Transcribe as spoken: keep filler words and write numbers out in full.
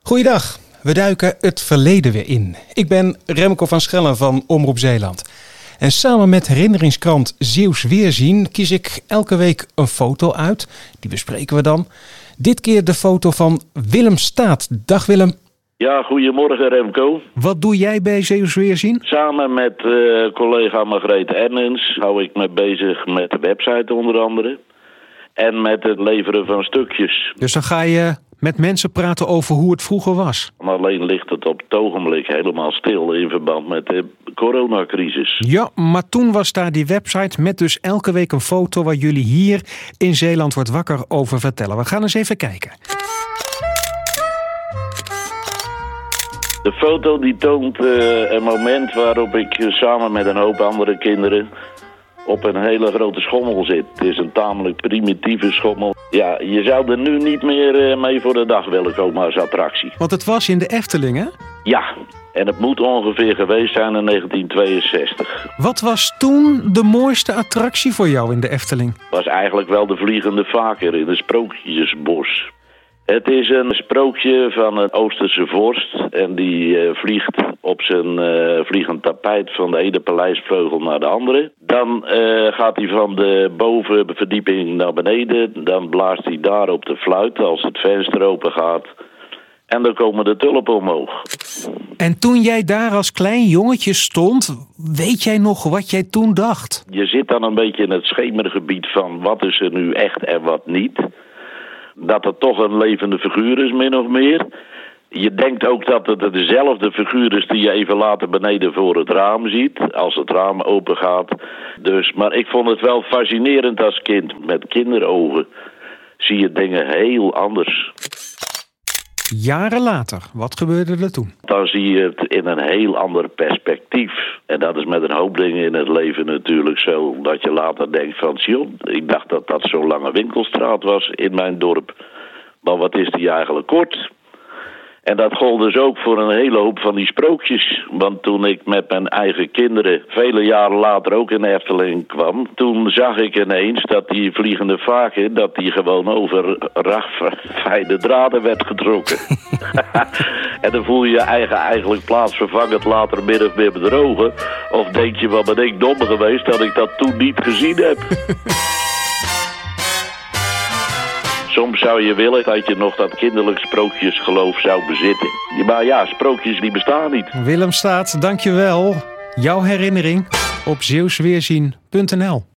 Goeiedag, we duiken het verleden weer in. Ik ben Remco van Schellen van Omroep Zeeland. En samen met herinneringskrant Zeeuws Weerzien kies ik elke week een foto uit. Die bespreken we dan. Dit keer de foto van Willem Staat. Dag Willem. Ja, goedemorgen Remco. Wat doe jij bij Zeeuws Weerzien? Samen met uh, collega Margreet Ernens hou ik me bezig met de website onder andere. En met het leveren van stukjes. Dus dan ga je met mensen praten over hoe het vroeger was? Alleen ligt het op het ogenblik helemaal stil in verband met de coronacrisis. Ja, maar toen was daar die website met dus elke week een foto waar jullie hier in Zeeland wordt wakker over vertellen. We gaan eens even kijken. De foto die toont uh, een moment waarop ik uh, samen met een hoop andere kinderen op een hele grote schommel zit. Het is een tamelijk primitieve schommel. Ja, je zou er nu niet meer uh, mee voor de dag willen komen als attractie. Want het was in de Efteling, hè? Ja, en het moet ongeveer geweest zijn in negentien tweeënzestig. Wat was toen de mooiste attractie voor jou in de Efteling? Het was eigenlijk wel de vliegende vaker in het Sprookjesbos. Het is een sprookje van een Oosterse vorst en die uh, vliegt op zijn uh, vliegend tapijt van de ene paleisvleugel naar de andere. Dan uh, gaat hij van de bovenverdieping naar beneden, dan blaast hij daar op de fluit als het venster open gaat. En dan komen de tulpen omhoog. En toen jij daar als klein jongetje stond, weet jij nog wat jij toen dacht? Je zit dan een beetje in het schemergebied van wat is er nu echt en wat niet. Dat het toch een levende figuur is, min of meer. Je denkt ook dat het dezelfde figuur is die je even later beneden voor het raam ziet. Als het raam open gaat. Dus, maar ik vond het wel fascinerend als kind. Met kinderogen zie je dingen heel anders. Jaren later, wat gebeurde er toen? Dan zie je het in een heel ander perspectief. En dat is met een hoop dingen in het leven natuurlijk zo. Dat je later denkt van, Sion, ik dacht dat dat zo'n lange winkelstraat was in mijn dorp. Maar wat is die eigenlijk kort? En dat gold dus ook voor een hele hoop van die sprookjes. Want toen ik met mijn eigen kinderen vele jaren later ook in Efteling kwam, toen zag ik ineens dat die vliegende vaker, dat die gewoon over ragfijne draden werd getrokken. En dan voel je je eigen eigenlijk plaatsvervangend later min of meer bedrogen. Of denk je, wat ben ik dom geweest dat ik dat toen niet gezien heb. Soms zou je willen dat je nog dat kinderlijk sprookjesgeloof zou bezitten. Maar ja, sprookjes die bestaan niet. Willem Staat, dankjewel. Jouw herinnering op zeeuws weerzien punt n l.